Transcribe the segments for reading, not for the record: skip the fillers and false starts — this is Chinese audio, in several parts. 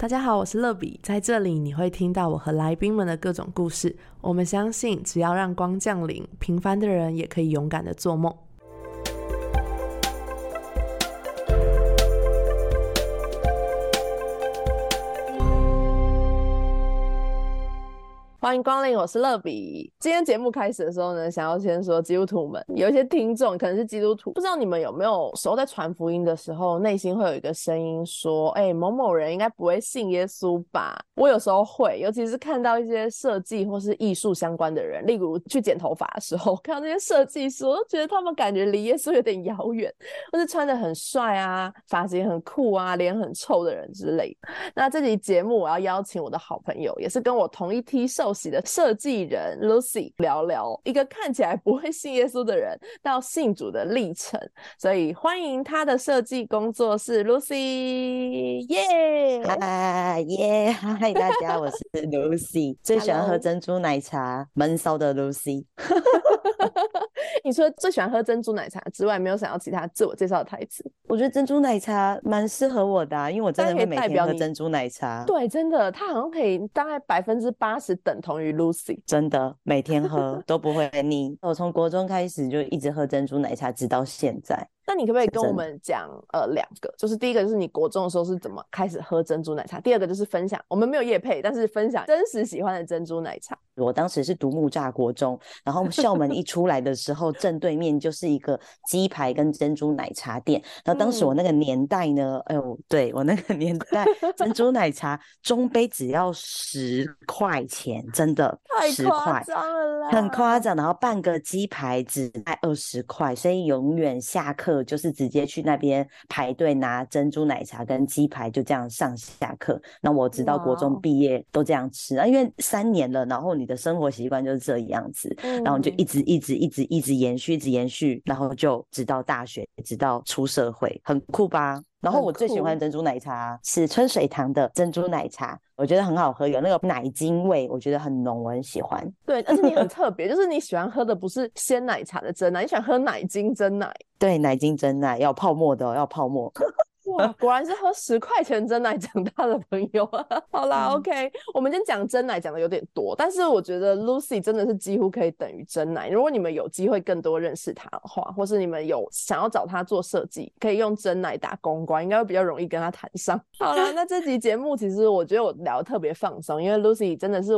大家好，我是乐比，在这里你会听到我和来宾们的各种故事。我们相信，只要让光降临，平凡的人也可以勇敢的做梦。欢迎光临，我是乐比。今天节目开始的时候呢，想要先说基督徒们，有一些听众可能是基督徒，不知道你们有没有时候在传福音的时候，内心会有一个声音说，某某人应该不会信耶稣吧？我有时候会，尤其是看到一些设计或是艺术相关的人，例如去剪头发的时候，看到那些设计师，我都觉得他们感觉离耶稣有点遥远，或是穿得很帅啊，发型很酷啊，脸很臭的人之类的。那这集节目我要邀请我的好朋友，也是跟我同一梯受洗的设计人 Lucy 聊聊一个看起来不会信耶稣的人到信主的历程，所以欢迎他的设计工作室 Lucy， 耶！ 嗨耶！嗨，大家，我是 Lucy， 最喜欢喝珍珠奶茶，闷骚的 Lucy。 你除了最喜欢喝珍珠奶茶之外，没有想要其他自我介绍的台词？ 我觉得珍珠奶茶蛮适合我的因为我真的会每天喝珍珠奶茶。 对，真的，它好像可以大概80%等同于 Lucy， 真的每天喝都不会腻。我从国中开始就一直喝珍珠奶茶，直到现在。 那你可不可以跟我们讲两个，就是第一个就是你国中的时候是怎么开始喝珍珠奶茶，第二个就是分享，我们没有业配，但是分享真实喜欢的珍珠奶茶。 我当时是读木栅国中，然后校门一出来的时候正对面就是一个鸡排跟珍珠奶茶店。然后当时我那个年代呢，对，我那个年代珍珠奶茶中杯只要10块钱，真的10块， 太夸张了啦， 很夸张。然后半个鸡排只卖20块，所以永远下课就是直接去那边排队拿珍珠奶茶跟鸡排，就这样上下课。那我直到国中毕业都这样吃因为3年了，然后你的生活习惯就是这样子，然后你就一直延续，然后就直到大学，直到出社会，很酷吧？然后我最喜欢的珍珠奶茶是春水堂的珍珠奶茶，我觉得很好喝，有那个奶精味，我觉得很浓，我很喜欢。 对，而且你很特别，就是你喜欢喝的不是鲜奶茶的真奶，你喜欢喝奶精真奶。 对，奶精真奶要泡沫的要泡沫。 哇，果然是喝10块钱真奶长大的朋友好啦，OK， 我们今天讲真奶讲的有点多，但是我觉得 Lucy 真的是几乎可以等于真奶。如果你们有机会更多认识她的话，或是你们有想要找她做设计，可以用真奶打公关，应该会比较容易跟她谈上。好啦，那这集节目其实我觉得我聊得特别放松，因为 Lucy 真的是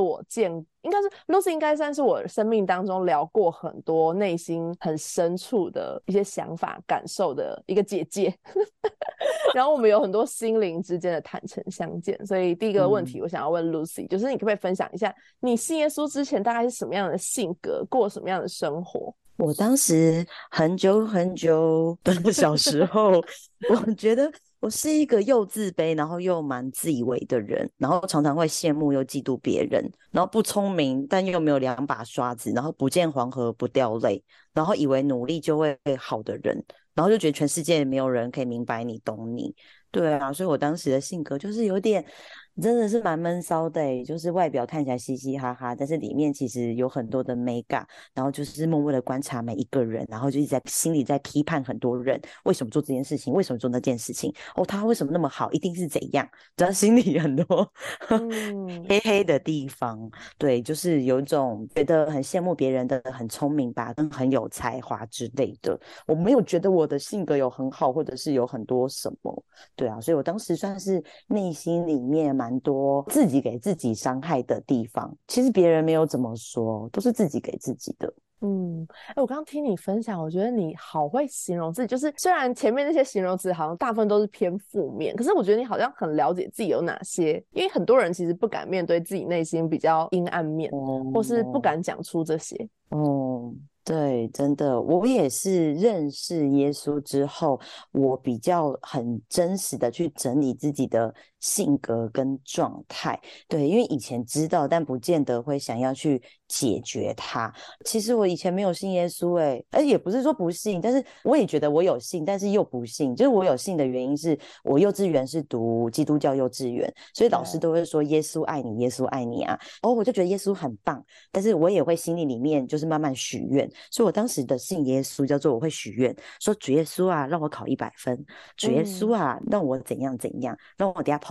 Lucy 应该算是我生命当中聊过很多内心很深处的一些想法感受的一个姐姐然后我们有很多心灵之间的坦诚相见，所以第一个问题我想要问 Lucy，就是你可不可以分享一下你信耶稣之前大概是什么样的性格，过什么样的生活？ 我当时很久的小时候我觉得我是一个又自卑然后又蛮自以为的人，然后常常会羡慕又嫉妒别人，然后不聪明但又没有2把刷子，然后不见黄河不掉泪，然后以为努力就会好的人，然后就觉得全世界没有人可以明白你懂你。对啊，所以我当时的性格就是有点真的是蛮闷骚的就是外表看起来嘻嘻哈哈，但是里面其实有很多的美感，然后就是默默的观察每一个人，然后就一直在心里在批判很多人为什么做这件事情，为什么做那件事情，他为什么那么好，一定是怎样，只要心里很多黑黑的地方。对，就是有一种觉得很羡慕别人的很聪明吧，跟很有才华之类的。我没有觉得我的性格有很好，或者是有很多什么。对啊，所以我当时算是内心里面蛮多自己给自己伤害的地方，其实别人没有怎么说，都是自己给自己的。 我刚刚听你分享，我觉得你好会形容自己，就是虽然前面那些形容词好像大部分都是偏负面，可是我觉得你好像很了解自己有哪些，因为很多人其实不敢面对自己内心比较阴暗面，或是不敢讲出这些。 对，真的，我也是认识耶稣之后，我比较很真实的去整理自己的性格跟状态。对，因为以前知道，但不见得会想要去解决它。其实我以前没有信耶稣也不是说不信，但是我也觉得我有信，但是又不信。就是我有信的原因是我幼稚园是读基督教幼稚园，所以老师都会说耶稣爱你，耶稣爱你啊。我就觉得耶稣很棒，但是我也会心里面就是慢慢许愿。所以我当时的信耶稣叫做我会许愿，说主耶稣啊让我考100分，主耶稣啊让我怎样怎样，让我等一下跑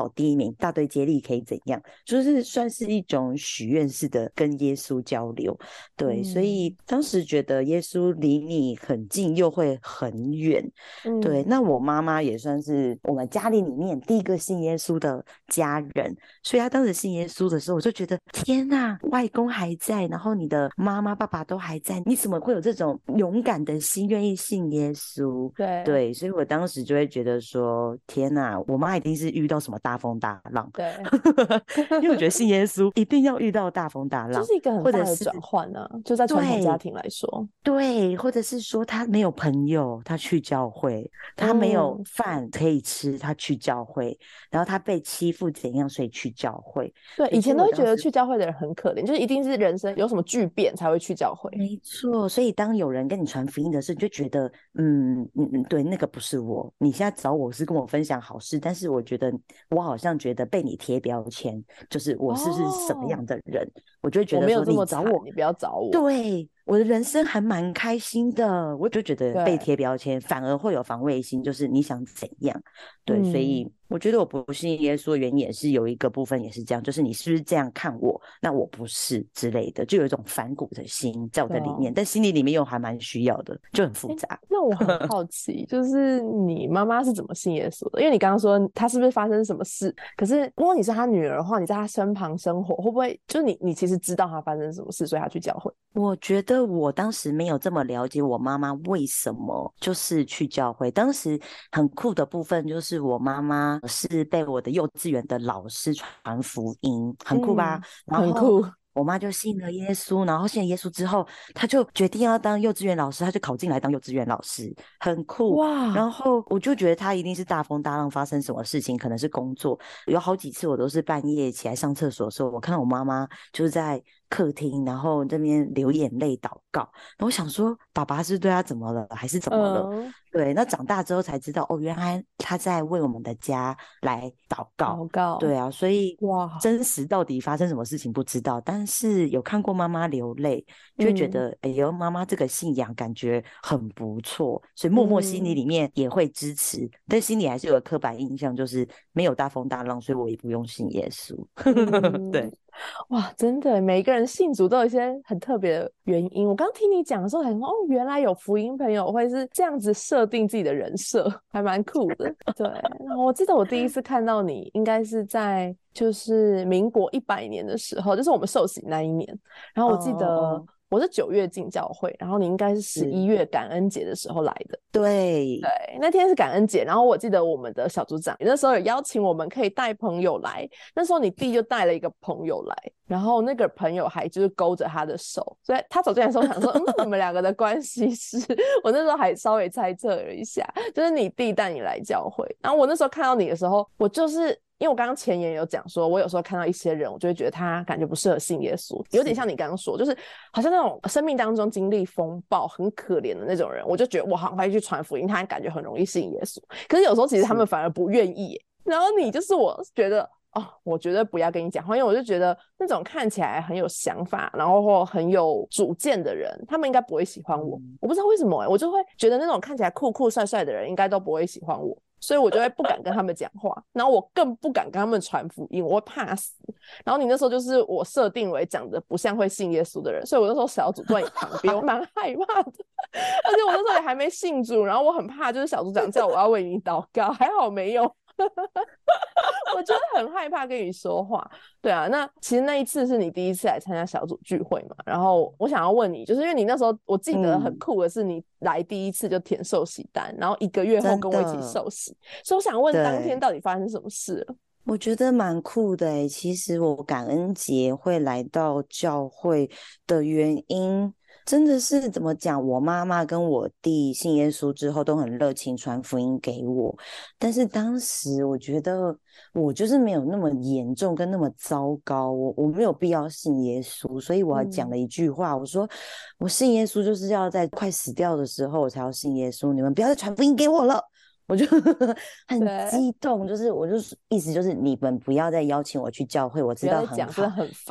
考第一名，大队接力可以怎样，就是算是一种许愿式的跟耶稣交流。对，所以当时觉得耶稣离你很近又会很远。对，那我妈妈也算是我们家里面第一个信耶稣的家人，所以她当时信耶稣的时候，我就觉得天哪，外公还在，然后你的妈妈爸爸都还在，你怎么会有这种勇敢的心愿意信耶稣？对，所以我当时就会觉得说，天哪，我妈一定是遇到什么大风大浪。 对， 因为我觉得信耶稣一定要遇到大风大浪， 就是一个很大的转换啊，就在传统家庭来说。 对，或者是说他没有朋友，他去教会；他没有饭可以吃，他去教会；然后他被欺负怎样，所以去教会。 对，以前都会觉得去教会的人很可怜，就是一定是人生有什么巨变才会去教会。 没错，所以当有人跟你传福音的时候，你就觉得，对，那个不是我。你现在找我是跟我分享好事，但是我觉得我好像觉得被你贴标签，就是我是什么样的人，我就会觉得说你找我， 你不要找我。 对。我的人生还蛮开心的，我就觉得被贴标签反而会有防卫心，就是你想怎样。对，所以我觉得我不信耶稣的原因也是有一个部分也是这样，就是你是不是这样看我，那我不是之类的，就有一种反骨的心在我的里面，但心里面又还蛮需要的，就很复杂。 那我很好奇，就是你妈妈是怎么信耶稣的？因为你刚刚说她是不是发生什么事？可是如果你是她女儿的话，你在她身旁生活，会不会就是你其实知道她发生什么事，所以她去教会？ 我觉得我当时没有这么了解我妈妈为什么就是去教会。当时很酷的部分就是我妈妈是被我的幼稚园的老师传福音，很酷吧？ 很酷。 我妈就信了耶稣，然后信了耶稣之后，她就决定要当幼稚园老师，她就考进来当幼稚园老师，很酷哇！然后我就觉得她一定是大风大浪发生什么事情，可能是工作，有好几次我都是半夜起来上厕所的时候，我看到我妈妈就是在客厅，然后这边流眼泪祷告，然后我想说爸爸是对她怎么了，还是怎么了？对，那长大之后才知道，哦，原来他在为我们的家来祷告。对啊，所以哇，真实到底发生什么事情不知道，但是有看过妈妈流泪，就会觉得，哎呦，妈妈这个信仰感觉很不错，所以默默心里面也会支持，但心里还是有个刻板印象，就是没有大风大浪，所以我也不用信耶稣。对。 哇，真的，每一个人信主都有一些很特别的原因。我刚听你讲的时候，才说哦，原来有福音朋友会是这样子设定自己的人设，还蛮酷的。对，我记得我第一次看到你，应该是在就是民国100年的时候，就是我们受洗那一年。然后我记得我是9月进教会，然后你应该是11月感恩节的时候来的。 对， 那天是感恩节，然后我记得我们的小组长那时候有邀请我们可以带朋友来，那时候你弟就带了一个朋友来，然后那个朋友还就是勾着他的手，所以他走进来的时候想说你们两个的关系是我那时候还稍微猜测了一下，就是你弟带你来教会。然后我那时候看到你的时候，我就是因为我刚刚前言有讲说，我有时候看到一些人，我就会觉得他感觉不适合信耶稣，有点像你刚刚说，就是好像那种生命当中经历风暴很可怜的那种人，我就觉得我好快去传福音，他感觉很容易信耶稣。可是有时候其实他们反而不愿意耶。然后你就是我觉得我绝对不要跟你讲话，因为我就觉得那种看起来很有想法，然后或很有主见的人，他们应该不会喜欢我。我不知道为什么我就会觉得那种看起来酷酷帅帅的人应该都不会喜欢我。所以我就会不敢跟他们讲话，然后我更不敢跟他们传福音，我会怕死。然后你那时候就是我设定为长得不像会信耶稣的人，所以我那时候小组坐在你旁边，我蛮害怕的。而且我那时候也还没信主，然后我很怕，就是小组长叫我要为你祷告，还好没有。我真的很害怕跟你说话。对啊，那其实那一次是你第一次来参加小组聚会嘛，然后我想要问你，就是因为你那时候我记得很酷的是你来第一次就填受洗单，然后1个月后跟我一起受洗，所以我想问当天到底发生什么事了？ 我觉得蛮酷的耶。其实我感恩节会来到教会的原因真的是怎么讲，我妈妈跟我弟信耶稣之后都很热情传福音给我，但是当时我觉得我就是没有那么严重跟那么糟糕，我没有必要信耶稣，所以我还讲了一句话，我说我信耶稣就是要在快死掉的时候我才要信耶稣，你们不要再传福音给我了。我就很激动，就是我就是意思就是你们不要再邀请我去教会，我知道很好， 不要再讲，真的很烦。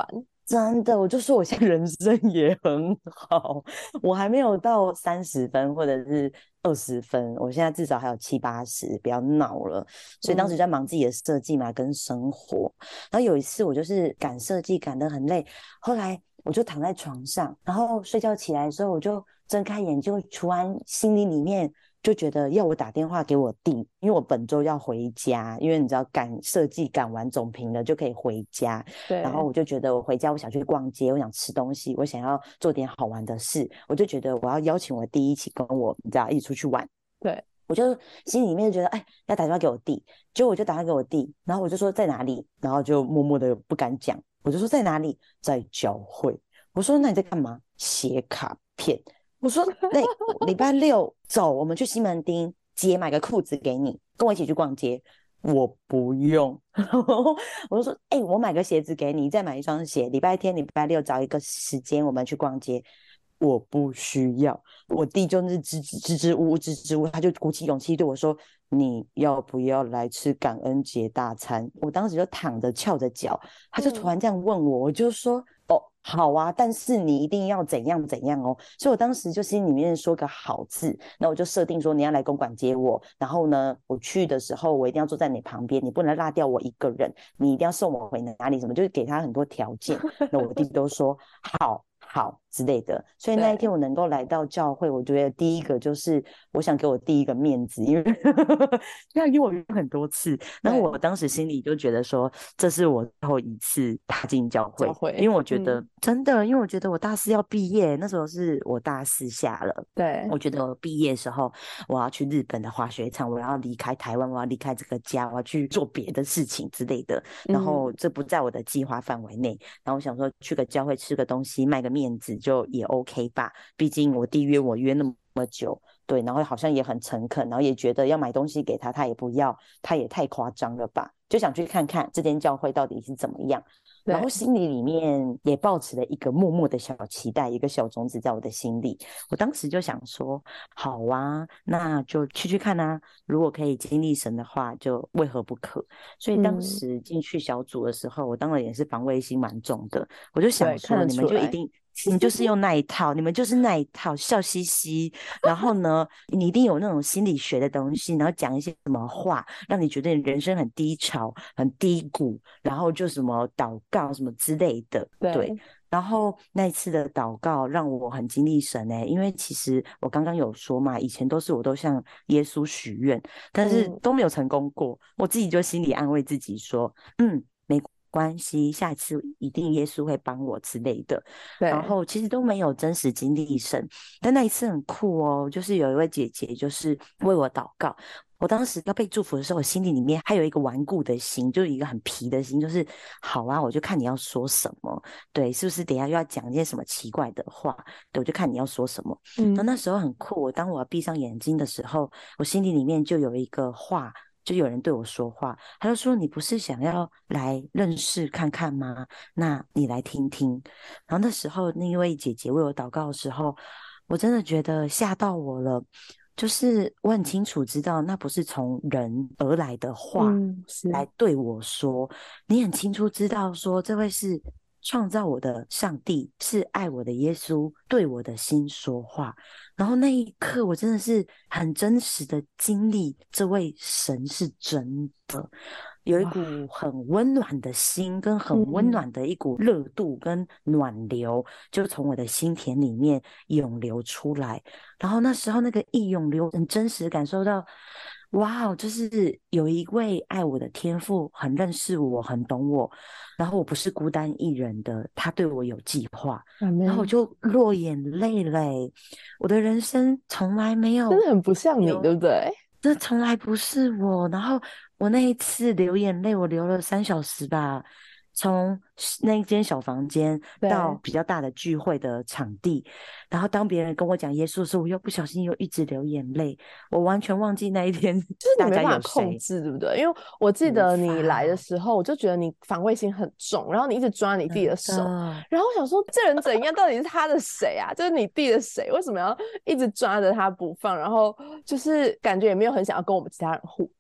真的，我就说我现在人生也很好，我还没有到30分或者是20分，我现在至少还有70、80，不要闹了。所以当时在忙自己的设计嘛，跟生活。然后有一次我就是赶设计赶得很累，后来我就躺在床上，然后睡觉起来的时候，我就睁开眼睛，突然心里面就觉得要我打电话给我弟，因为我本周要回家，因为你知道赶设计赶完总评了就可以回家。然后对， 我就觉得我回家我想去逛街，我想吃东西，我想要做点好玩的事，我就觉得我要邀请我弟一起跟我，你知道，一起出去玩。 对， 我就心里面就觉得，哎，要打电话给我弟，结果我就打电话给我弟，然后我就说在哪里，然后就默默的不敢讲，我就说在哪里，在教会。我说那你在干嘛？写卡片。我说那礼拜六走，我们去西门町姐买个裤子给你，跟我一起去逛街。我不用，我就说，哎、我买个鞋子给你，再买一双鞋。礼拜天、礼拜六找一个时间，我们去逛街。我不需要。我弟就是支支吾吾，他就鼓起勇气对我说：“你要不要来吃感恩节大餐？”我当时就躺着翘着脚，他就突然这样问我，我就说：“哦，好啊，但是你一定要怎样怎样哦。”所以我当时就心里面说个好字，那我就设定说你要来公馆接我，然后呢，我去的时候我一定要坐在你旁边，你不能落掉我一个人，你一定要送我回哪里，什么就是给他很多条件。那我弟都说好。好之类的，所以那一天对， 我能够来到教会，我觉得第一个就是我想给我第一个面子，因为那因为我约很多次，然后对， 我当时心里就觉得说，这是我最后一次踏进教会，因教会， 为我觉得真的，因为我觉得我大四要毕业，那时候是我大四下了。 对， 我觉得我毕业的时候，我要去日本的滑雪场，我要离开台湾，我要离开这个家，我要去做别的事情之类的。然后这不在我的计划范围内。然后我想说去个教会吃个东西，卖个面子就也 OK 吧。毕竟我弟约我约那么久，对，然后好像也很诚恳，然后也觉得要买东西给他，他也不要，他也太夸张了吧？就想去看看这间教会到底是怎么样。然后对， 心里面也抱持了一个默默的小期待，一个小种子在我的心里。我当时就想说，好啊，那就去看啊。如果可以经历神的话，就为何不可？所以当嗯， 时进去小组的时候，我当然也是防卫心蛮重的。我就想对，看说， 得你们出来， 就一定。你们就是用那一套，你们就是那一套，笑嘻嘻。然后呢，你一定有那种心理学的东西，然后讲一些什么话，让你觉得你人生很低潮、很低谷，然后就什么祷告什么之类的，对。 对， 然后那一次的祷告让我很经历神因为其实我刚刚有说嘛，以前我都向耶稣许愿，但是嗯， 都没有成功过。我自己就心里安慰自己说，没关系，下一次一定耶稣会帮我之类的。然对， 后其实都没有真实经历神，但那一次很酷哦，就是有一位姐姐就是为我祷告。我当时要被祝福的时候，我心里面还有一个顽固的心，就是一个很皮的心，就是好啊，我就看你要说什么，对，是不是等一下又要讲一些什么奇怪的话？对，我就看你要说什么。然后嗯， 那时候很酷，当我闭上眼睛的时候，我心里面就有一个话，就有人对我说话，他就说：“你不是想要来认识看看吗？那你来听听。”然后那时候那一位姐姐为我祷告的时候，我真的觉得吓到我了。就是我很清楚知道，那不是从人而来的话来是， 对我说，你很清楚知道说，这位是创造我的上帝，是爱我的耶稣对我的心说话。然后那一刻，我真的是很真实的经历，这位神是真的。有一哇， 股很温暖的心，跟很温嗯， 暖的一股热度跟暖流，就从我的心田里面涌流出来。然后那时候那个一涌流，很真实地感受到，哇哦，就是有一位爱我的天父，很认识我，很懂我，然后我不是孤单一人的，他对我有计划。然后我阿妹， 就落眼泪嘞，我的人生从来没有真的很不像你，对流， 不对？ 这从来不是我。然后我那一次流眼泪，我流了3小时吧，从那一间小房间到对， 比较大的聚会的场地，然后当别人跟我讲耶稣的时候，我又不小心又一直流眼泪，我完全忘记那一天就是大家你没办法有谁， 控制，对不对？因为我记无得你来的法， 时候，我就觉得你防卫心很重，然后你一直抓你弟的真手， 的。 然后我想说这人怎样？到底是他的谁啊？就是你弟的谁？为什么要一直抓着他不放？然后就是感觉也没有很想要跟我们其他人互动。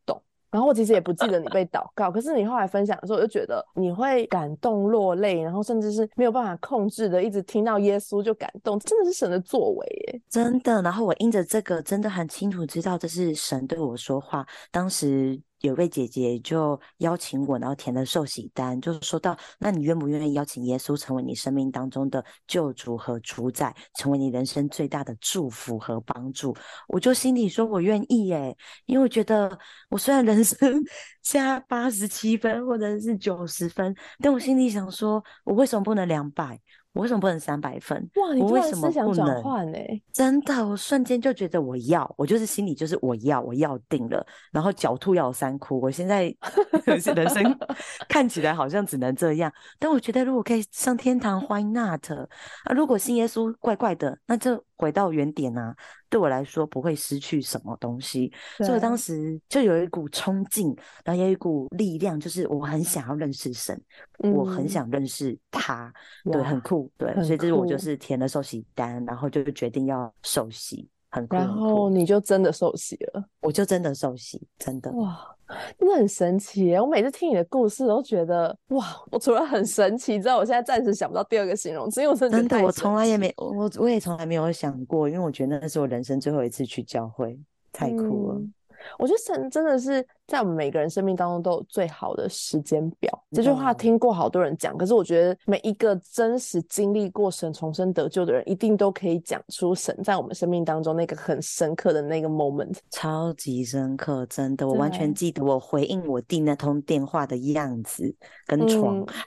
然后我其实也不记得你被祷告，可是你后来分享的时候，我就觉得你会感动落泪，然后甚至是没有办法控制的，一直听到耶稣就感动，真的是神的作为耶。 真的。然后我因着这个真的很清楚知道这是神对我说话。当时有位姐姐就邀请我，然后填了受洗单，就说到那你愿不愿意邀请耶稣成为你生命当中的救主和主宰，成为你人生最大的祝福和帮助。我就心里说我愿意耶，因为我觉得我虽然人生现在87分或者是90分，但我心里想说我为什么不能200，我为什么不能300分？ 哇，你突然我为什么思想转不能？ 换哎。 真的，我瞬间就觉得我要，我就是心里就是我要定了，然后狡兔要有3窟。我现在人生看起来好像只能这样，但我觉得如果可以上天堂，Why not？啊，如果信耶稣怪怪的，那就回到原点啊。对我来说不会失去什么东西，所以我当对， 时就有一股冲劲，然后有一股力量，就是我很想要认识神，我很嗯， 想认识他。对，很哇， 酷。对， 很所以这是我就酷。 是填了受洗单，然后就决定要受洗，很酷然很酷。 后你就真的受洗了。 我就真的受洗，真的。 哇，真的很神奇耶！我每次听你的故事都觉得，哇，我除了很神奇之外，我现在暂时想不到第二个形容词，因为我真的觉真的，我得太神从来也没， 奇。 我也从来没有想过，因为我觉得那是我人生最后一次去教会，太酷了。 嗯，我觉得神真的是在我们每个人生命当中都有最好的时间表。这句话真的， 听过好多人讲，可是我觉得每一个真实经历过神重生得救的人，一定都可以讲出神在我们生命当中那个很深刻的那个 moment。 超级深刻，真的，我完全对， 记得我回应我弟那通电话的样子跟床。 嗯。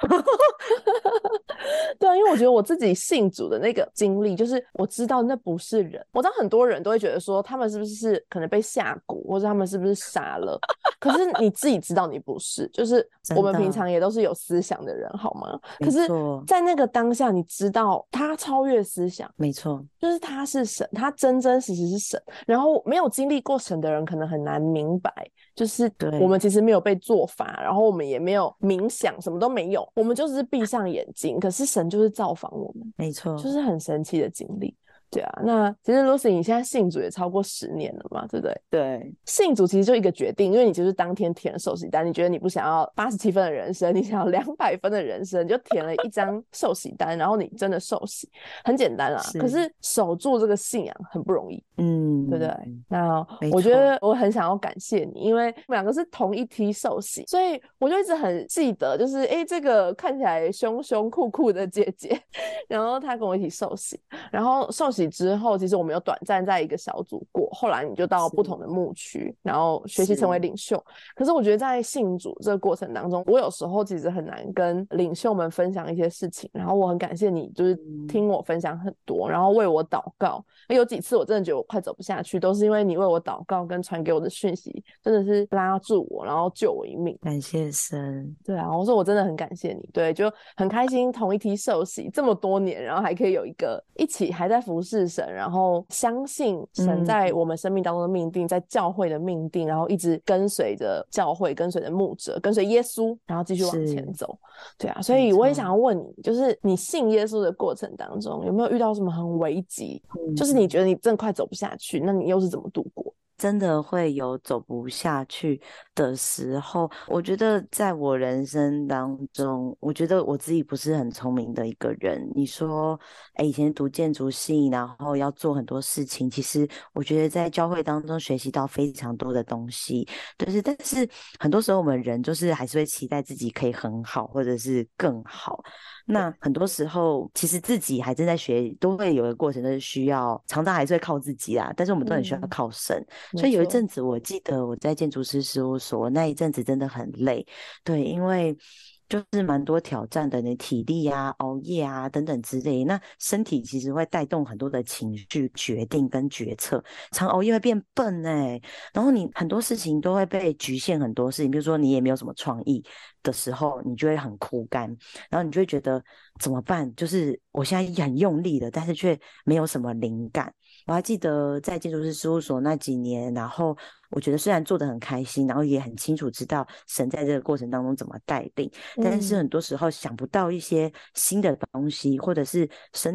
对啊，因为我觉得我自己信主的那个经历，就是我知道那不是人。我知道很多人都会觉得说，他们是不是可能被下蛊，或者他们是不是傻了？可是你自己知道你不是，就是我们平真的， 常也都是有思想的人，好吗？可没是， 错， 在那个当下，你知道他超越思想， 没错， 就是他是神，他真真实实是神。然后没有经历过神的人，可能很难明白，就是我对， 们其实没有被做法，然后我们也没有冥想，什么都没有，我们就是闭上眼睛，可是神就是造访我们， 没错， 就是很神奇的经历。对啊，那其实 Lucy 你现在信主也超过10年了嘛，对不对？ 对， 信主其实就一个决定，因为你就是当天填了受洗单，你觉得你不想要87分的人生，你想要200分的人生，你就填了一张受洗单，然后你真的受洗，很简单啦。可是， 是守住这个信仰很不容易。对不对？那我觉没错， 得我很想要感谢你，因为我们两个是同一梯受洗，所以我就一直很记得，就是这个看起来凶凶酷酷的姐姐，然后她跟我一起受洗，然后受洗之后，其实我们有短暂在一个小组过，后来你就到不同是的牧区，然后学习成为是， 领袖。可是我觉得在信主这个过程当中，我有时候其实很难跟领袖们分享一些事情，然后我很感谢你，就是听我分享很多，然后为我祷告。有几次我真的觉得我快走不下去，都是因为你为我祷告跟传给我的讯息，真的是拉住我，然后救我一命。 感谢神。 对啊，我说我真的很感谢你，对，就很开心同一梯受洗这么多年，然后还可以有一个一起还在服侍神，然后相信神嗯， 在我们生命当中的命定，在教会的命定，然后一直跟随着教会，跟随着牧者，跟随耶稣，然后继续往前是， 走。对啊，所以我也想没错， 要问你，就是你信耶稣的过程当中，有没有遇到什么很危急？就是你嗯。 觉得你真的快走不下去，那你又是怎么度过？ 真的会有走不下去的时候。我觉得在我人生当中，我觉得我自己不是很聪明的一个人。你说，以前读建筑系，然后要做很多事情，其实我觉得在教会当中学习到非常多的东西。但是很多时候我们人就是还是会期待自己可以很好，或者是更好。 对， 那很多时候，其实自己还正在学，都会有一个过程，都是需要常常还是会靠自己啦。但是我们都很需要嗯， 靠神。所以有一没错， 阵子，我记得我在建筑师事务所那一阵子真的很累，对，因为就是蛮多挑战的，你体力啊、熬夜啊等等之类，那身体其实会带动很多的情绪、决定跟决策，常熬夜会变笨然后你很多事情都会被局限，很多事情，比如说你也没有什么创意的时候，你就会很枯干，然后你就会觉得怎么办？就是我现在很用力了，但是却没有什么灵感。我还记得在建筑师事务所那几年，然后我觉得虽然做得很开心，然后也很清楚知道神在这个过程当中怎么带领，但是嗯很多时候想不到一些新的东西，或者是身体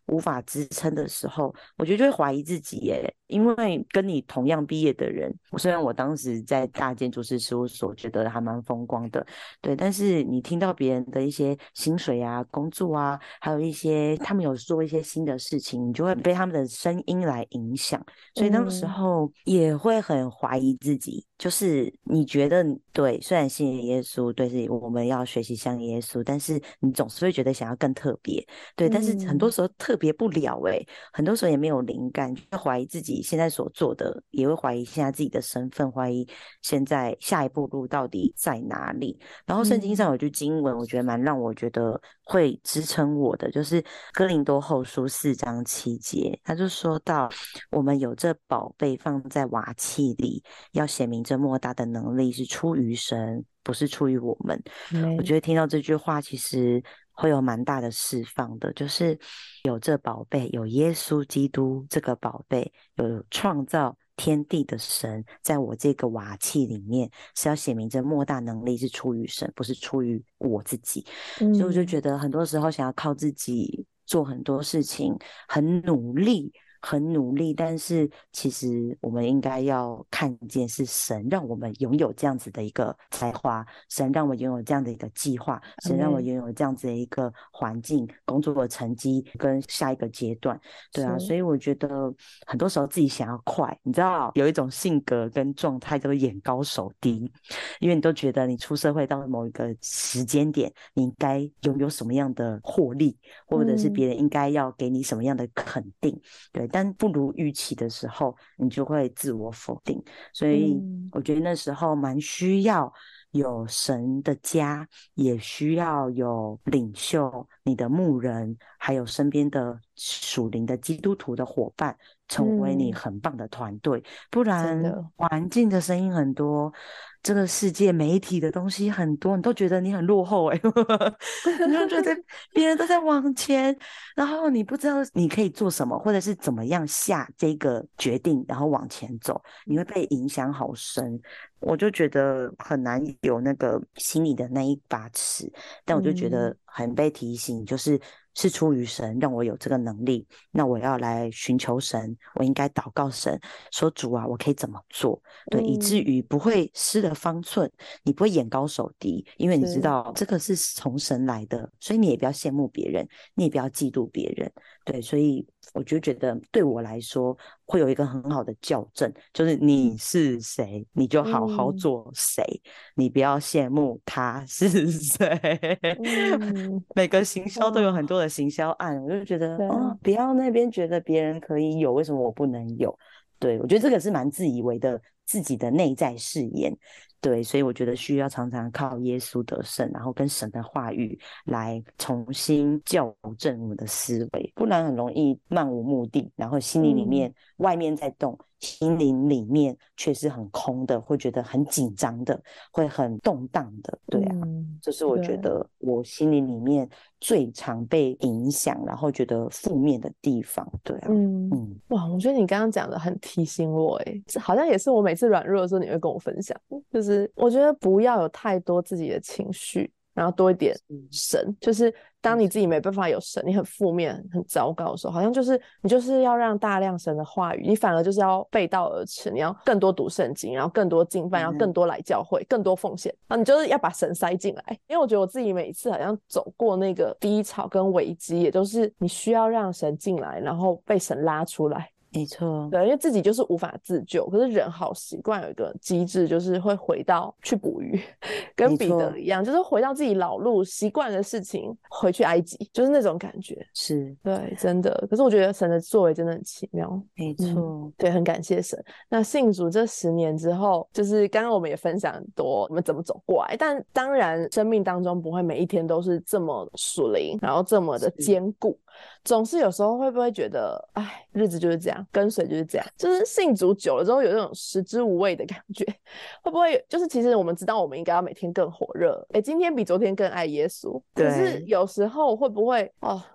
无法支撑的时候，我觉得就会怀疑自己耶。因为跟你同样毕业的人，虽然我当时在大建筑师事务所觉得还蛮风光的，对，但是你听到别人的一些薪水啊、工作啊，还有一些他们有做一些新的事情，你就会被他们的声音来影响，所以那个时候也会很怀疑自己。就是你觉得对，虽然信耶稣，对，是我们要学习像耶稣，但是你总是会觉得想要更特别，对，但是很多时候特别不了很多时候也没有灵感，就会怀疑自己现在所做的，也会怀疑现在自己的身份，怀疑现在下一步路到底在哪里。然后圣经上有句经文，我觉得蛮让我觉得会支撑我的，就是哥林多后书4章7节，他就说到我们有这宝贝放在瓦器里，要显明这莫大的能力是出于神，不是出于我们。我觉得听到这句话其实会有蛮大的释放的，就是有这宝贝，有耶稣基督这个宝贝，有创造天地的神在我这个瓦器里面，是要显明这莫大能力是出于神，不是出于我自己。所以我就觉得很多时候想要靠自己做很多事情，很努力很努力，但是其实我们应该要看见是神让我们拥有这样子的一个才华，神让我拥有这样的一个计划，神让我拥有这样子的一个环境，工作的成绩跟下一个阶段。对啊，所以我觉得很多时候自己想要快，你知道有一种性格跟状态叫做眼高手低，因为你都觉得你出社会到某一个时间点，你应该拥有什么样的获利，或者是别人应该要给你什么样的肯定，对，但不如预期的时候，你就会自我否定。所以我觉得那时候蛮需要有神的家，也需要有领袖、你的牧人，还有身边的属灵的基督徒的伙伴，成为你很棒的团队。不然环境的声音很多，这个世界媒体的东西很多，你都觉得你很落后你就觉得别人都在往前，然后你不知道你可以做什么，或者是怎么样下这个决定，然后往前走，你会被影响好深。我就觉得很难有那个心里的那一把尺，但我就觉得很被提醒，是出于神让我有这个能力，那我要来寻求神，我应该祷告神，说主啊，我可以怎么做？对，以至于不会失了方寸，你不会眼高手低，因为你知道这个是从神来的，所以你也不要羡慕别人，你也不要嫉妒别人。对，所以我就觉得对我来说会有一个很好的校正，就是你是谁，你就好好做谁，你不要羡慕他是谁。每个行销都有很多的行销案，我就觉得不要那边觉得别人可以有，为什么我不能有？对，我觉得这个是蛮自以为的自己的内在誓言。对，所以我觉得需要常常靠耶稣得胜，然后跟神的话语来重新校正我们的思维，不然很容易漫无目的，然后心里面外面在动，心灵里面却是很空的，会觉得很紧张的，会很动荡的。对啊，这是我觉得我心里面最常被影响，然后觉得负面的地方。对啊， 哇，我觉得你刚刚讲的很提醒我，这好像也是我每次软弱的时候你会跟我分享，就是我觉得不要有太多自己的情绪，然后多一点神，就是当你自己没办法有神，你很负面很糟糕的时候，好像就是你就是要让大量神的话语，你反而就是要背道而驰，你要更多读圣经，然后更多敬拜，然后更多来教会，更多奉献，然后你就是要把神塞进来。因为我觉得我自己每一次好像走过那个低潮跟危机，也都是你需要让神进来，然后被神拉出来。 没错， 对，因为自己就是无法自救，可是人好习惯有一个机制，就是会回到去捕鱼，跟彼得一样，就是回到自己老路习惯的事情，回去埃及，就是那种感觉。 是， 对，真的。可是我觉得神的作为真的很奇妙， 没错， 对，很感谢神。那信主这10年之后，就是刚刚我们也分享很多我们怎么走过来，但当然生命当中不会每一天都是这么属灵，然后这么的坚固。总是有时候会不会觉得，哎，日子就是这样，跟随就是这样，就是信主久了之后有那种食之无味的感觉，会不会就是其实我们知道我们应该要每天更火热，今天比昨天更爱耶稣，可是有时候会不会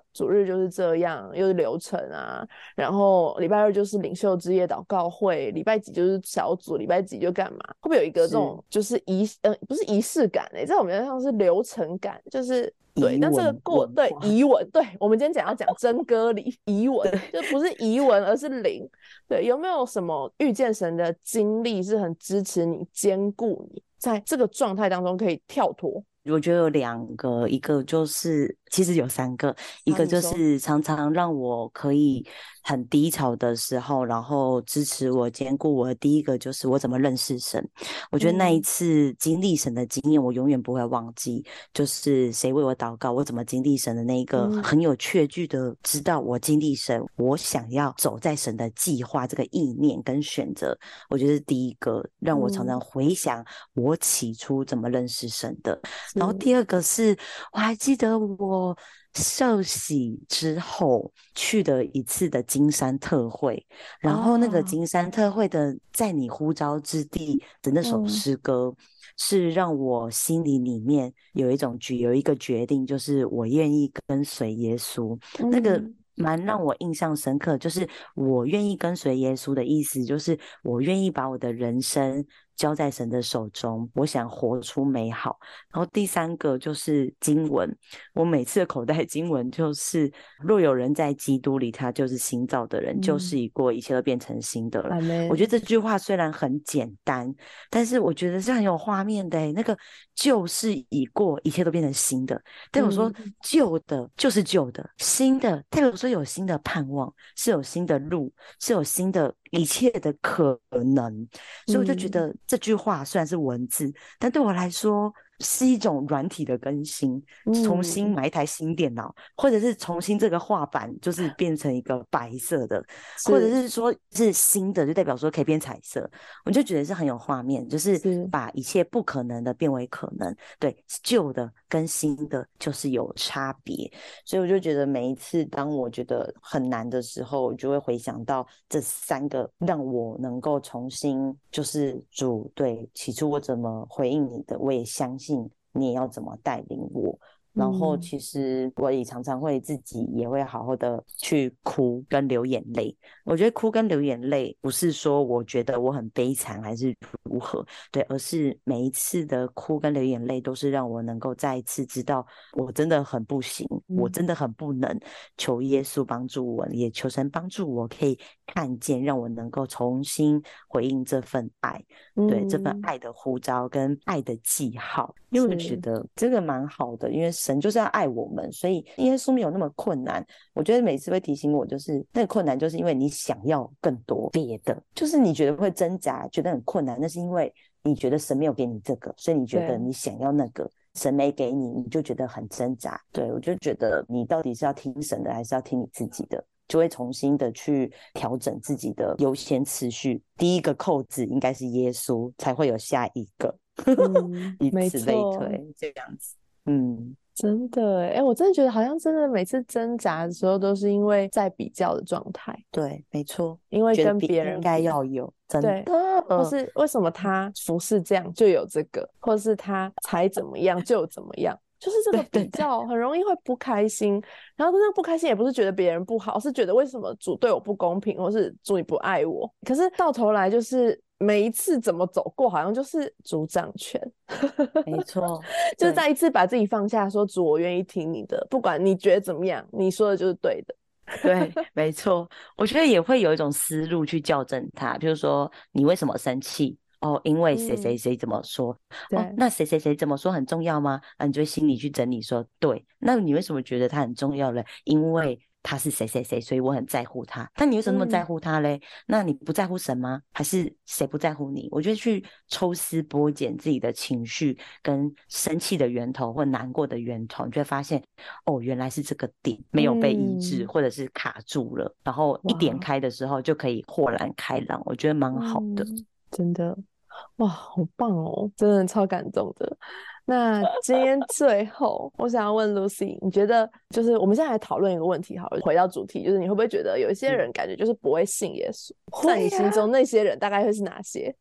主日就是这样，又是流程啊，然后礼拜二就是领袖之夜祷告会，礼拜几就是小组，礼拜几就干嘛？会不会有一个这种就是不是仪式感这种比较像是流程感，就是对，但这个对仪文，对我们今天要讲真歌礼仪文，就不是仪文而是灵。对，有没有什么遇见神的经历是很支持你、兼顾你在这个状态当中可以跳脱？ 我觉得有2个，一个就是其实有3个，一个就是常常让我可以很低潮的时候，然后支持我、兼顾我的。第一个就是我怎么认识神，我觉得那一次经历神的经验，我永远不会忘记。就是谁为我祷告，我怎么经历神的那一个很有确据的知道我经历神，我想要走在神的计划这个意念跟选择，我觉得是第一个让我常常回想我起初怎么认识神的。然后第二个是我还记得我受洗之后去了一次的金山特会，然后那个金山特会的在你呼召之地的那首诗歌是让我心里面有一个决定，就是我愿意跟随耶稣。那个蛮让我印象深刻，就是我愿意跟随耶稣的意思就是我愿意把我的人生交在神的手中，我想活出美好。然后第3个就是经文，我每次的口袋经文就是若有人在基督里，他就是新造的人，旧事已过，一切都变成新的了。我觉得这句话虽然很简单，但是我觉得是很有画面的那个旧事已过，一切都变成新的，代表说旧的就是旧的，新的代表说有新的盼望，是有新的路，是有新的一切的可能。所以我就觉得这句话虽然是文字，但对我来说是一种软体的更新，重新买一台新电脑，或者是重新这个画板就是变成一个白色的，或者是说是新的，就代表说可以变彩色。我就觉得是很有画面，就是把一切不可能的变为可能。对，旧的跟新的就是有差别。所以我就觉得每一次当我觉得很难的时候，我就会回想到这3个让我能够重新就是主，对，起初我怎么回应你的，我也相信你也要怎么带领我。然后其实我也常常会自己也会好好的去哭跟流眼泪。我觉得哭跟流眼泪不是说我觉得我很悲惨还是如何，对，而是每一次的哭跟流眼泪都是让我能够再一次知道我真的很不行，我真的很不能，求耶稣帮助我，也求神帮助我可以看见，让我能够重新回应这份爱，对，这份爱的呼召跟爱的记号。因为我觉得这个蛮好的，因为神就是要爱我们，所以耶稣没有那么困难。我觉得每次会提醒我，就是那个困难就是因为你想要更多别的，就是你觉得会挣扎觉得很困难，那是因为你觉得神没有给你这个，所以你觉得你想要那个，神没给你，你就觉得很挣扎。对，我就觉得你到底是要听神的还是要听你自己的，就会重新的去调整自己的优先次序。第一个扣子应该是耶稣，才会有下一个以此类推，这样子。 真的我真的觉得好像真的每次挣扎的时候都是因为在比较的状态。 对，没错， 因为跟别人应该要有，真的。 或是为什么他服饰这样就有这个，或是他才怎么样就怎么样，就是这个比较很容易会不开心。然后那不开心也不是觉得别人不好，是觉得为什么主对我不公平，或是主你不爱我。可是到头来就是每一次怎么走过好像就是主掌权。 没错， 就是再一次把自己放下，说主我愿意听你的，不管你觉得怎么样，你说的就是对的。 对，没错。我觉得也会有一种思路去校正他，比如说你为什么生气，因为谁谁谁怎么说，那谁谁谁怎么说很重要吗？你就会心里去整理说，对，那你为什么觉得他很重要呢？因为他是谁谁谁，所以我很在乎他。但你为什么那么在乎他嘞？那你不在乎神吗？还是谁不在乎你？我觉得去抽丝剥茧自己的情绪跟生气的源头或难过的源头，你就会发现原来是这个点没有被医治，或者是卡住了，然后一点开的时候就可以豁然开朗。我觉得蛮好的。 真的哇，好棒哦，真的超感动的。那今天最后我想要问 Lucy， 你觉得就是我们现在来讨论一个问题好了，回到主题，就是你会不会觉得有一些人感觉就是不会信耶稣，在你心中那些人大概会是哪些？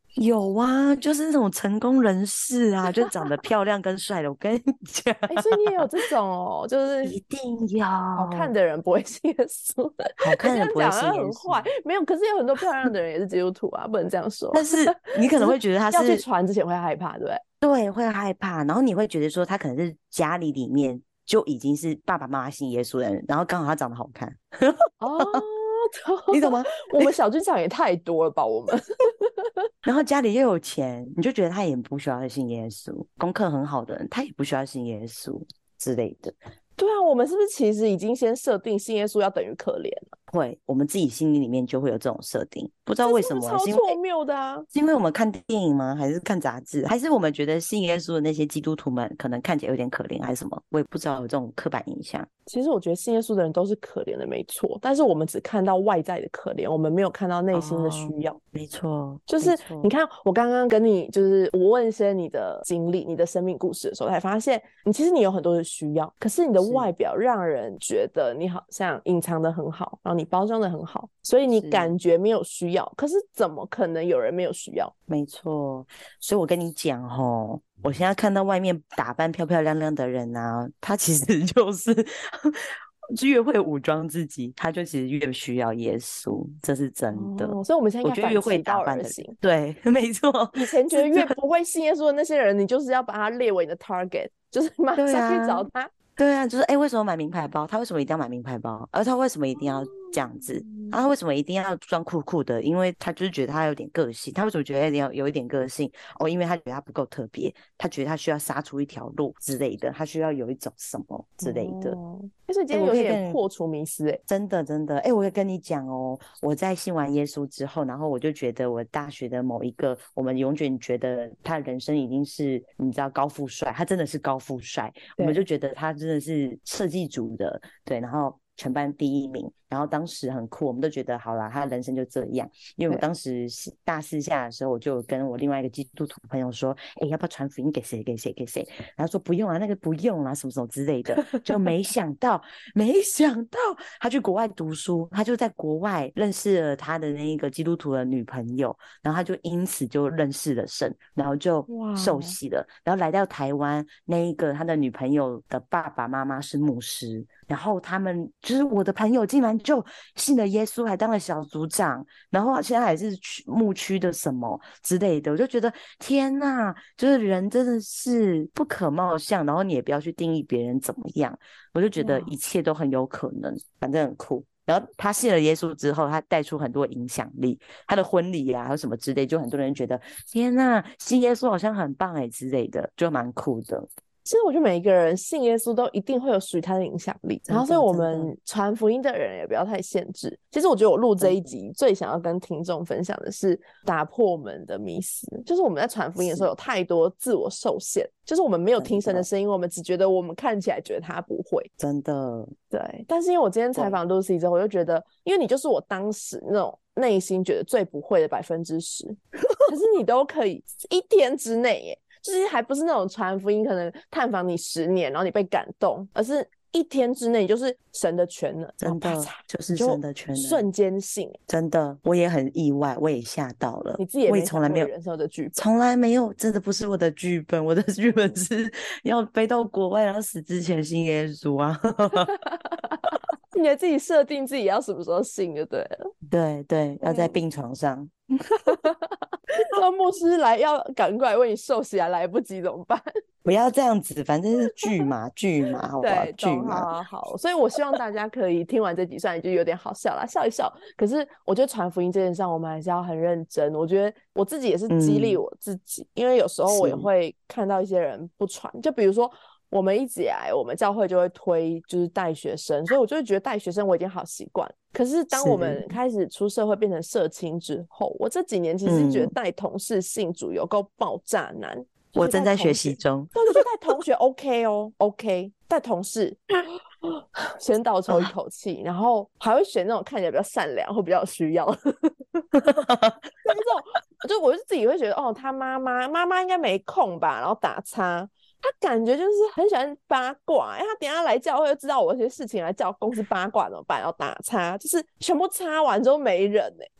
有啊，就是那种成功人士啊，就长得漂亮跟帅的，我跟你讲， 所以你也有这种哦，就是一定好看要的人不会信耶稣。 好这看的不会样讲好信耶稣。 像很坏，没有，可是有很多漂亮的人也是基督徒啊，不能这样说。 但是你可只是能会觉得他要去是传之前会害怕，对不对？ 对会害怕，然后你会觉得说他可能是家里面就已经是爸爸妈妈信耶稣的人，然后刚好他长得好看， 哦， 你懂吗？ 我们小剧场也太多了吧？我们然后家里又有钱，你就觉得他也不需要信耶稣，功课很好的人他也不需要信耶稣之类的。 对啊，我们是不是其实已经先设定信耶稣要等于可怜了？ 会，我们自己心里面就会有这种设定，不知道这为什么， 是不是超是因为错谬的啊？ 是因为我们看电影吗？还是看杂志？还是我们觉得信耶稣的那些基督徒们可能看起来有点可怜，还是什么？我也不知道有这种刻板印象。 其实我觉得信耶稣的人都是可怜的，没错，但是我们只看到外在的可怜，我们没有看到内心的需哦， 要。 没错， 就是没错， 你看，我刚刚跟你就是我问一些你的经历、你的生命故事的时候，才发现你其实你有很多的需要，可是你的外是表让人觉得你好像隐藏的很好，然后你包装的很好，所以你是， 感觉没有需要。可是怎么可能有人没有需要？ 没错。所以我跟你讲吼，我现在看到外面打扮漂漂亮亮的人啊，他其实就是越会武装自己，他就其实越需要耶稣，这是真的。 所以我们现在应我该觉得越会反其道打扮的人， 而行。 对，没错， 以前觉得是这， 越不会信耶稣的那些人，你就是要把他列为你的 target，就是马上去对啊， 找他。 对啊，就是为什么买名牌包？他为什么一定要买名牌包？而他为什么一定要这样子？他为什么一定要装酷酷的？因为他就是觉得他有点个性。他为什么觉得一定要有一点个性？哦，因为他觉得他不够特别，他觉得他需要杀出一条路之类的，他需要有一种什么之类的。 所以今天我可以跟有点破除迷思真的真的，我会跟你讲哦，我在信完耶稣之后，然后我就觉得我大学的某一个，我们永远觉得他人生已经是你知道高富帅，他真的是高富帅，我们就觉得他真的是设计组的，对，然后全班第一名，然后当时很酷，我们都觉得好啦，他的人生就这样。因为我当时大四下的时候，我就跟我另外一个基督徒朋友说，要不要传福音给谁给谁给谁？然后说不用啊，那个不用啊，什么什么之类的。就没想到他去国外读书，他就在国外认识了他的那个基督徒的女朋友，然后他就因此就认识了神，然后就受洗了，然后来到台湾，那一个他的女朋友的爸爸妈妈是牧师。然后他们就是我的朋友，竟然就信了耶稣，还当了小组长，然后现在还是牧区的什么之类的，我就觉得天哪，就是人真的是不可貌相，然后你也不要去定义别人怎么样，我就觉得一切都很有可能，反正很酷。然后他信了耶稣之后，他带出很多影响力，他的婚礼啊，还有什么之类，就很多人觉得天哪，信耶稣好像很棒之类的，就蛮酷的。 其实我觉得每一个人信耶稣都一定会有属于他的影响力，然后所以我们传福音的人也不要太限制。其实我觉得我录这一集最想要跟听众分享的是打破我们的迷思，就是我们在传福音的时候有太多自我受限，就是我们没有听神的声音，我们只觉得我们看起来觉得他不会， 真的对。但是因为我今天采访 Lucy 之后，我就觉得，因为你就是我当时那种内心觉得最不会的10%，可是你都可以一天之内耶。就是还不是那种传福音可能探访你10年然后你被感动，而是一天之内就是神的全能， 真的就是神的全能， 瞬间性， 真的我也很意外，我也吓到了， 你自己也没从来没有人生的剧本， 从来没有，真的不是我的剧本，我的剧本是要飞到国外，然后死之前信耶稣啊。 你也自己设定自己要什么时候信就对了， 对对，要在病床上。 说牧师来要赶过来为你受洗，还来不及怎么办？ 不要这样子，反正是剧嘛，剧嘛，好不好？ 对， 剧嘛， 好。所以我希望大家可以听完这集，虽然就有点好笑啦，笑一笑。可是我觉得传福音这件事上，我们还是要很认真。我觉得我自己也是激励我自己，因为有时候我也会看到一些人不传，就比如说我们一直以来，我们教会就会推就是带学生，所以我就会觉得带学生我已经好习惯。可是当我们开始出社会变成社青之后，我这几年其实觉得带同事信主有够爆炸难。 我正在学习中。 对，我觉得带同学 OK 哦 ，OK， 带同事先倒抽一口气，然后还会选那种看起来比较善良或比较有需要的那种，就我就自己会觉得哦，他妈妈应该没空吧，然后打叉。他感觉就是很喜欢八卦，因为他等一下来教会就知道我有些事情来叫公司八卦怎么办，然后打叉，就是全部擦完之后没人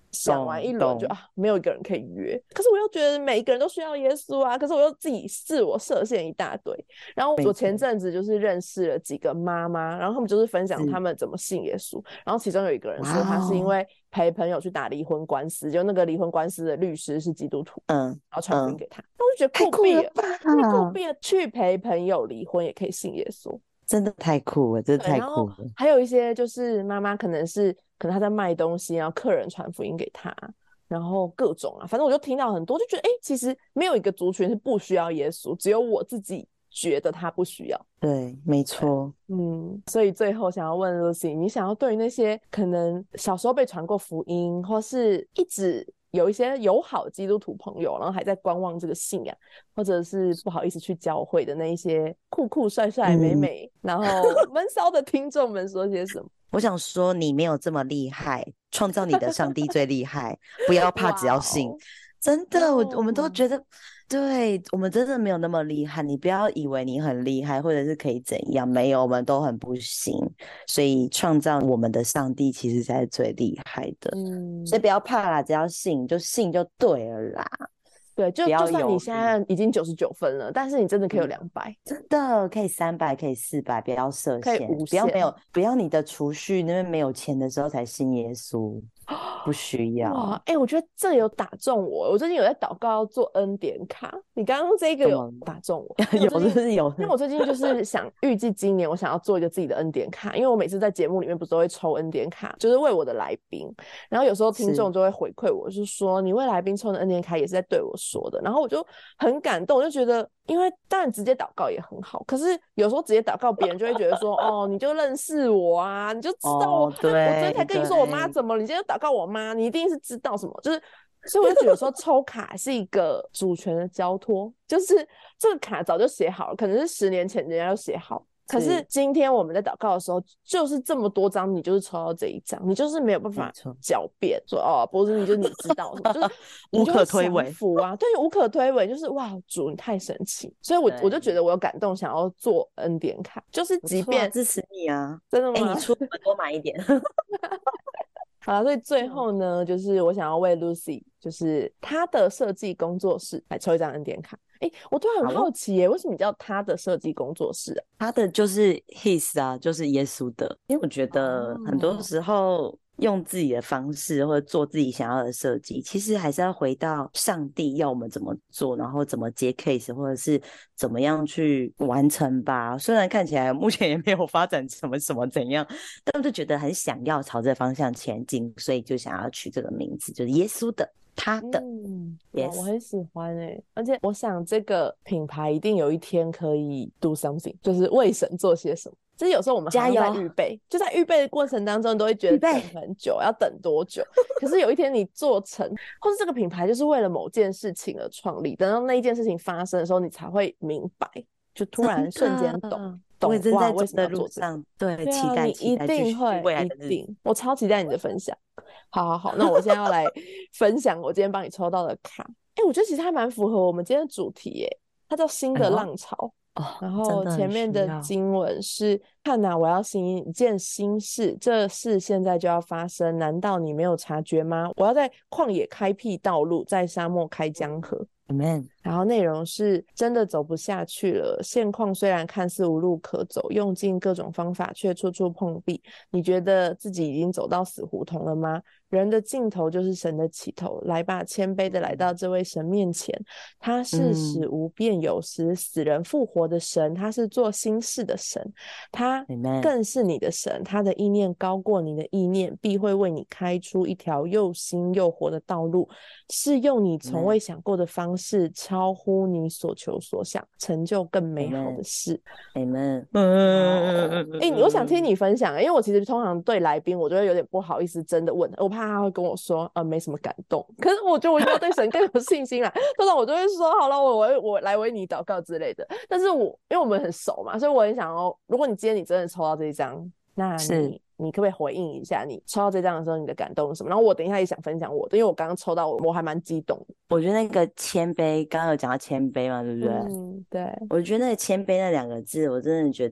想完一轮就懂没有一个人可以约，可是我又觉得每一个人都需要耶稣啊，可是我又自己自我设限一大堆。然后我前阵子就是认识了几个妈妈，然后他们就是分享他们怎么信耶稣，然后其中有一个人说他是因为陪朋友去打离婚官司，就那个离婚官司的律师是基督徒，然后传福音给他，那我就觉得太酷了吧， 太酷毙了，去陪朋友离婚也可以信耶稣， 真的太酷了，真的太酷了。 还有一些就是妈妈可能她在卖东西，然后客人传福音给她，然后各种反正我就听到很多，就觉得其实没有一个族群是不需要耶稣，只有我自己觉得他不需要。 对，没错。 所以最后想要问 Lucy， 你想要对于那些可能小时候被传过福音，或是一直有一些友好基督徒朋友，然后还在观望这个信仰，或者是不好意思去教会的那一些酷酷帅帅美美，然后闷骚的听众们说些什么？ 我想说你没有这么厉害，创造你的上帝最厉害，不要怕，只要信。真的，我们都觉得，对，我们真的没有那么厉害，你不要以为你很厉害或者是可以怎样，没有，我们都很不行。所以创造我们的上帝其实才是最厉害的。所以不要怕啦，只要信就信就对了啦。 对，就算你现在已经99分了，但是你真的可以有200， 真的可以300，可以400，不要设限，可以无限，不要你的储蓄那边没有钱的时候才信耶稣，不需要。 哇，我觉得这有打中我。我最近有在祷告要做恩典卡，你刚刚这个有打中我。 有就是有， 因为我最近就是想预计今年我想要做一个自己的恩典卡，因为我每次在节目里面不是都会抽恩典卡，就是为我的来宾。然后有时候听众就会回馈我，就是说你为来宾抽的恩典卡也是在对我说的，然后我就很感动，我就觉得，因为当然直接祷告也很好，可是有时候直接祷告别人就会觉得说，哦，你就认识我啊，你就知道我，我昨天才跟你说我妈怎么了，你今天就祷告我妈，你一定是知道什么，就是所以我就觉得有时候抽卡是一个主权的交托，就是这个卡早就写好了，可能是10年前人家就写好，可是今天我们在祷告的时候，就是这么多张，你就是抽到这一张，你就是没有办法狡辩说不是你就是你知道什么，就是无可推诿啊，对，无可推诿，就是哇，主你太神奇，所以我就觉得我有感动，想要做恩典卡，就是即便支持你啊， 真的吗？ 你出门多买一点。 好了，所以最后呢，就是我想要为 Lucy， 就是她的设计工作室来抽一张恩典卡。我突然很好奇为什么你叫她的设计工作室啊？ 她的就是 his 啊，就是耶稣的。因为我觉得很多时候用自己的方式或者做自己想要的设计，其实还是要回到上帝要我们怎么做，然后怎么接 case， 或者是怎么样去完成吧。虽然看起来目前也没有发展什么怎样，但我就觉得很想要朝这个方向前进，所以就想要取这个名字，就是耶稣的。他的 yes， 我很喜欢而且我想这个品牌一定有一天可以 do something， 就是为神做些什么。就是有时候我们好像在预备，就在预备的过程当中，都会觉得等很久，要等多久？可是有一天你做成，或是这个品牌就是为了某件事情而创立，等到那一件事情发生的时候，你才会明白，就突然瞬间懂我也正在为什么要做这个。对， 期待你一定会， 未来的日子， 我超期待你的分享。好，那我现在要来分享我今天帮你抽到的卡。我觉得其实还蛮符合我们今天的主题耶，它叫新的浪潮。然后前面的经文是：看哪，我要行一件新事，这事现在就要发生，难道你没有察觉吗？我要在旷野开辟道路，在沙漠开江河。 Amen。 然后内容是真的走不下去了，现况虽然看似无路可走，用尽各种方法却处处碰壁。你觉得自己已经走到死胡同了吗？人的尽头就是神的起头，来吧，谦卑的来到这位神面前。他是使无变有，使死人复活的神，他是做新事的神，他更是你的神。他的意念高过你的意念，必会为你开出一条又新又活的道路，是用你从未想过的方式，超乎你所求所想，成就更美好的事。 Amen。 我想听你分享，因为我其实通常对来宾我就会有点不好意思真的问，我怕他会跟我说没什么感动，可是我觉得我应该对神更有信心啦。通常我就会说好了，我来为你祷告之类的。但是因为我们很熟嘛，所以我很想要，如果你今天你真的抽到这一张，那你可不可以回应一下你抽到这张的时候你的感动是什么？然后我等一下也想分享我的，因为我刚刚抽到我还蛮激动的。 我觉得那个谦卑，刚刚有讲到谦卑嘛，对不对？ 对。 我觉得那个谦卑那2个字，我真的觉得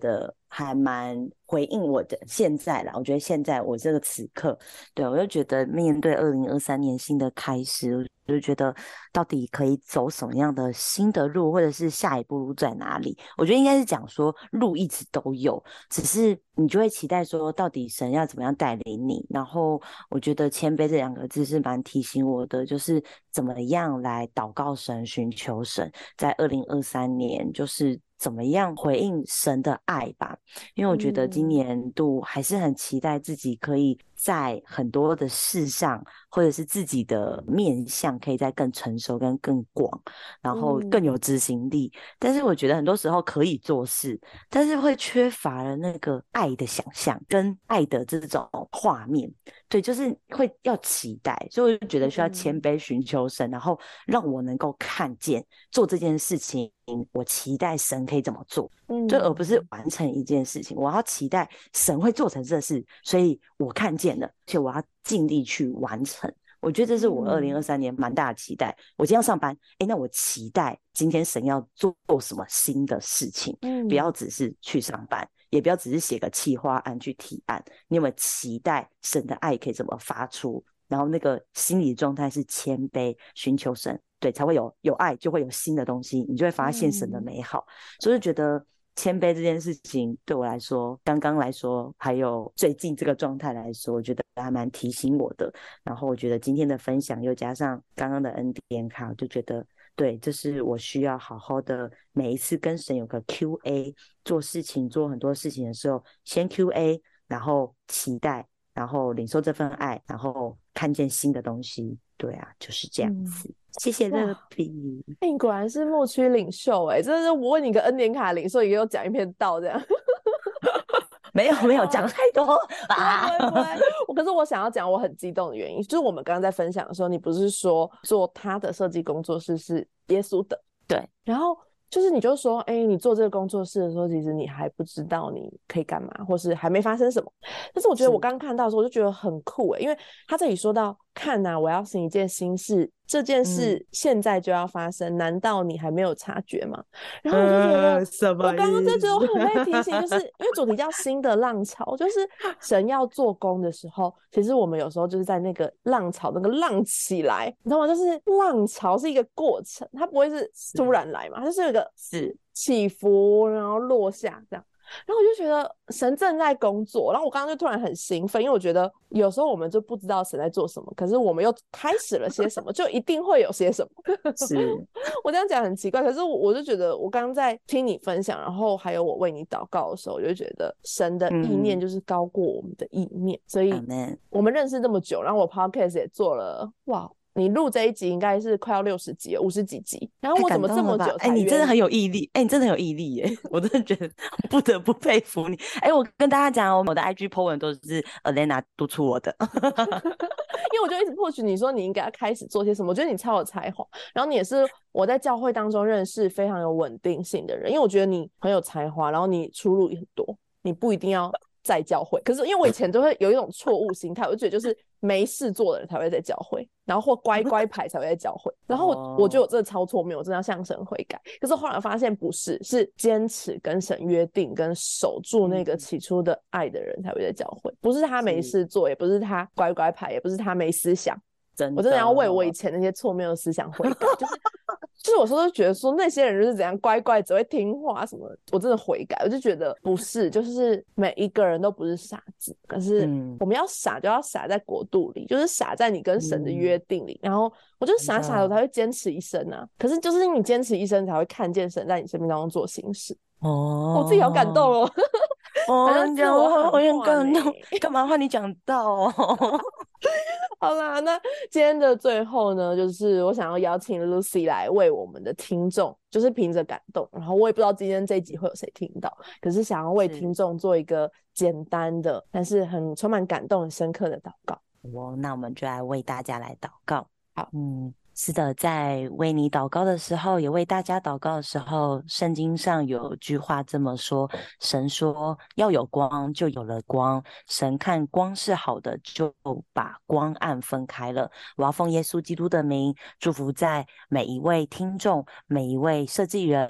还蛮回应我的。现在啦，我觉得现在我这个此刻，对，我就觉得面对2023年新的开始，我就觉得到底可以走什么样的新的路，或者是下一步路在哪里？我觉得应该是讲说路一直都有，只是你就会期待说到底神要怎么样带领你。然后我觉得谦卑这两个字是蛮提醒我的，就是怎么样来祷告神、寻求神，在2023年就是怎么样回应神的爱吧。因为我觉得今年度还是很期待自己可以在很多的事上，或者是自己的面向，可以再更成熟跟更广，然后更有执行力。但是我觉得很多时候可以做事，但是会缺乏了那个爱的想象跟爱的这种画面。对，就是会要期待，所以我就觉得需要谦卑寻求神，然后让我能够看见做这件事情，我期待神可以怎么做。就而不是完成一件事情，我要期待神会做成这事，所以我看见了，而且我要尽力去完成。我觉得这是我2023年蛮大的期待。我今天要上班，那我期待今天神要做什么新的事情，不要只是去上班，也不要只是写个企划案去提案。你有没有期待神的爱可以怎么发出？然后那个心理状态是谦卑，寻求神，对，才会有爱，就会有新的东西，你就会发现神的美好。所以觉得谦卑这件事情对我来说，刚刚来说，还有最近这个状态来说，我觉得还蛮提醒我的。然后我觉得今天的分享又加上刚刚的恩典卡，我就觉得对，这是我需要好好的每一次跟神有个 QA， 做事情做很多事情的时候，先 QA， 然后期待，然后领受这份爱，然后看见新的东西。对啊，就是这样子。谢谢乐比。 你果然是牧区领袖真的是我问你个恩典卡领袖，也有讲一篇道这样。 没有讲太多啊！不会，可是我想要讲我很激动的原因，就是我们刚刚在分享的时候，你不是说做他的设计工作室是耶稣的， 对， 然后就是你就说，你做这个工作室的时候，其实你还不知道你可以干嘛，或是还没发生什么。但是我觉得我刚刚看到的时候，我就觉得很酷因为他这里说到，看啊，我要行一件新事，这件事现在就要发生，难道你还没有察觉吗？然后我就觉得，我刚刚就觉得我很被提醒，就是因为主题叫新的浪潮，就是神要做工的时候，其实我们有时候就是在那个浪潮那个浪起来，你知道吗？就是浪潮是一个过程，它不会是突然来嘛，它就是有一个起伏，然后落下这样。然后我就觉得神正在工作，然后我刚刚就突然很兴奋，因为我觉得有时候我们就不知道神在做什么，可是我们又开始了些什么，就一定会有些什么。 是我这样讲很奇怪，可是我就觉得我刚刚在听你分享，然后还有我为你祷告的时候，我就觉得神的意念就是高过我们的意念，所以我们认识这么久，然后我 podcast 也做了，哇，你录这一集应该是快要60集了，50几集，然后我怎么这么久才你真的很有毅力，你真的很有毅力耶，我真的觉得不得不佩服你。我跟大家讲，我的 IG po 文都是 Elena 督促我的。 因为我就一直 push 你说你应该要开始做些什么，我觉得你超有才华，然后你也是我在教会当中认识非常有稳定性的人，因为我觉得你很有才华，然后你出路也很多，你不一定要在教会。可是因为我以前就会有一种错误心态，我就觉得就是没事做的人才会在教会，然后或乖乖牌才会在教会，然后我觉得我真的超错谬，我真的要向神悔改。可是后来发现不是，是坚持跟神约定跟守住那个起初的爱的人才会在教会，不是他没事做，也不是他乖乖牌，也不是他没思想。我真的要为我以前那些错谬的思想悔改，就是我说觉得说那些人就是怎样乖乖只会听话什么，我真的悔改，我就觉得不是，就是每一个人都不是傻子，可是我们要傻就要傻在国度里，就是傻在你跟神的约定里，然后我就傻傻的我才会坚持一生啊，可是就是你坚持一生才会看见神在你生命当中做新事。我自己好感动哦。 我很感动，干嘛换你讲到好啦，那今天的最后呢，就是我想要邀请 Lucy 来为我们的听众，就是凭着感动，然后我也不知道今天这一集会有谁听到，可是想要为听众做一个简单的但是很充满感动很深刻的祷告。 那我们就来为大家来祷告。好，是的，在为你祷告的时候，也为大家祷告的时候，圣经上有句话这么说，神说要有光，就有了光，神看光是好的，就把光暗分开了。我要奉耶稣基督的名，祝福在每一位听众，每一位设计人，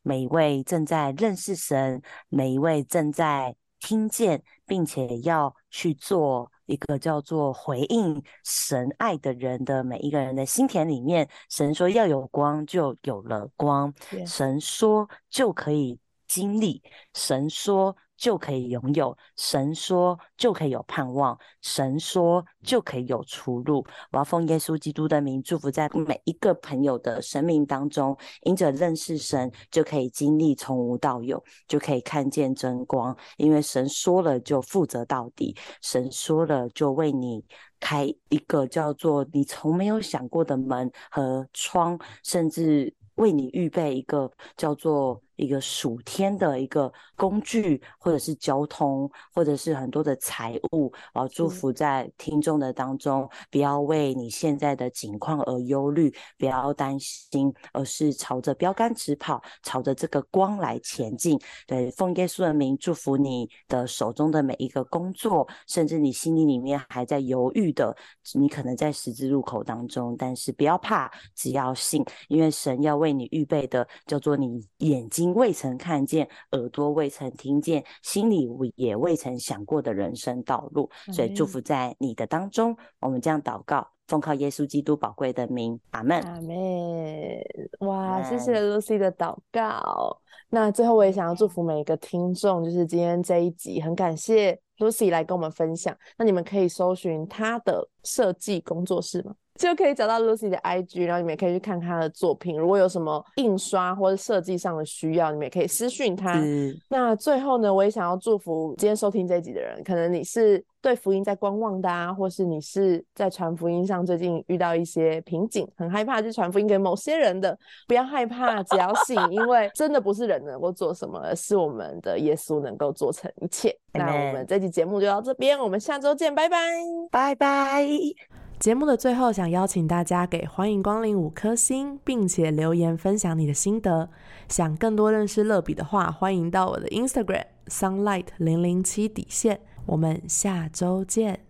每一位正在认识神，每一位正在听见并且要去做一个叫做回应神爱的人的每一个人的心田里面，神说要有光就有了光， Yes. 神说就可以经历，神说就可以拥有，神说就可以有盼望，神说就可以有出路。我要奉耶稣基督的名祝福在每一个朋友的生命当中，因着认识神就可以经历从无到有，就可以看见真光，因为神说了就负责到底，神说了就为你开一个叫做你从没有想过的门和窗，甚至为你预备一个叫做一个属天的一个工具，或者是交通，或者是很多的财物。我要祝福在听众的当中，不要为你现在的境况而忧虑，不要担心，而是朝着标杆直跑，朝着这个光来前进。对，奉耶稣的名祝福你的手中的每一个工作，甚至你心里面还在犹豫的，你可能在十字路口当中，但是不要怕，只要信，因为神要为你预备的叫做你眼睛未曾看见，耳朵未曾听见，心里也未曾想过的人生道路。所以祝福在你的当中，我们这样祷告，奉靠耶稣基督宝贵的名，阿们。 阿们。哇，谢谢 Lucy 的祷告。那最后我也想要祝福每一个听众，就是今天这一集很感谢 Lucy 来跟我们分享。那你们可以搜寻她的设计工作室吗？就可以找到 Lucy 的 IG， 然后你们也可以去看她的作品。如果有什么印刷或者设计上的需要，你们也可以私讯她。那最后呢，我也想要祝福今天收听这一集的人，可能你是对福音在观望的啊，或是你是在传福音上最近遇到一些瓶颈，很害怕去传福音给某些人的，不要害怕，只要信，因为真的不是人能够做什么，而是我们的耶稣能够做成一切。那我们这期节目就到这边，我们下周见，拜拜， 拜拜。 节目的最后，想邀请大家给欢迎光临5颗星，并且留言分享你的心得。想更多认识乐比的话，欢迎到我的 Instagram sunlight007 底线。我们下周见。